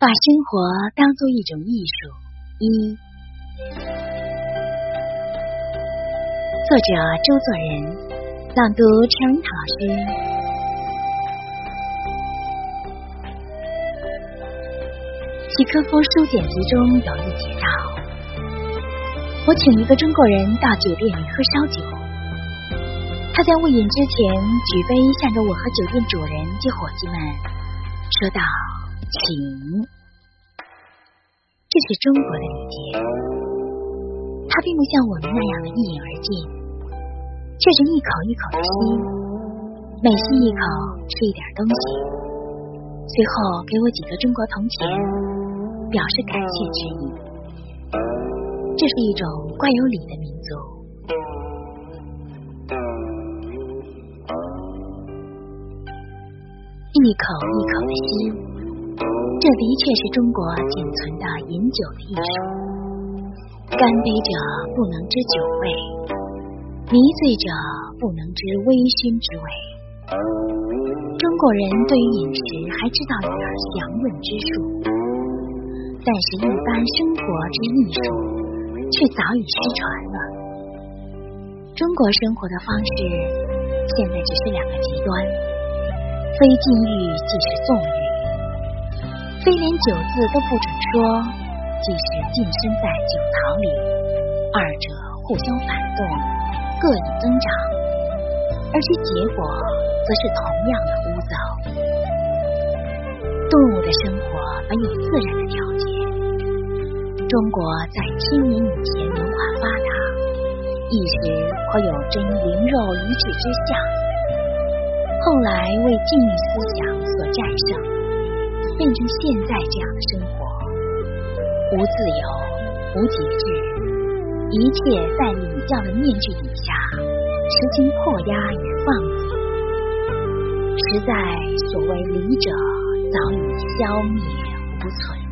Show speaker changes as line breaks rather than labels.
把生活当作一种艺术。一，作者周作人，朗读陈文涛老师。契诃夫书简集中有一节道：我请一个中国人到酒店里喝烧酒，他在未饮之前举杯向着我和酒店主人及伙计们说道：请。这是中国的礼节，它并不像我们那样的一饮而尽，却是一口一口的吸，每吸一口吃一点东西，随后给我几个中国铜钱，表示感谢之意。这是一种怪有礼的民族。一口一口的吸，这的确是中国仅存的饮酒的艺术。干杯者不能知酒味，迷醉者不能知微醺之味。中国人对于饮食还知道一点详论之术，但是一般生活之艺术却早已失传了。中国生活的方式现在只是两个极端，非禁欲即是纵欲，非连酒字都不准说，即是浸身在酒堂里，二者互相反动，各以增长，而其结果则是同样的污糟。动物的生活本有自然的条件，中国在1000年以前文化发达，一时颇有真灵肉一致之象，后来为禁欲思想所战胜，变成现在这样的生活，无自由，无节制，一切在礼教的面具底下实行迫压与放肆，实在所谓礼者早已消灭无存。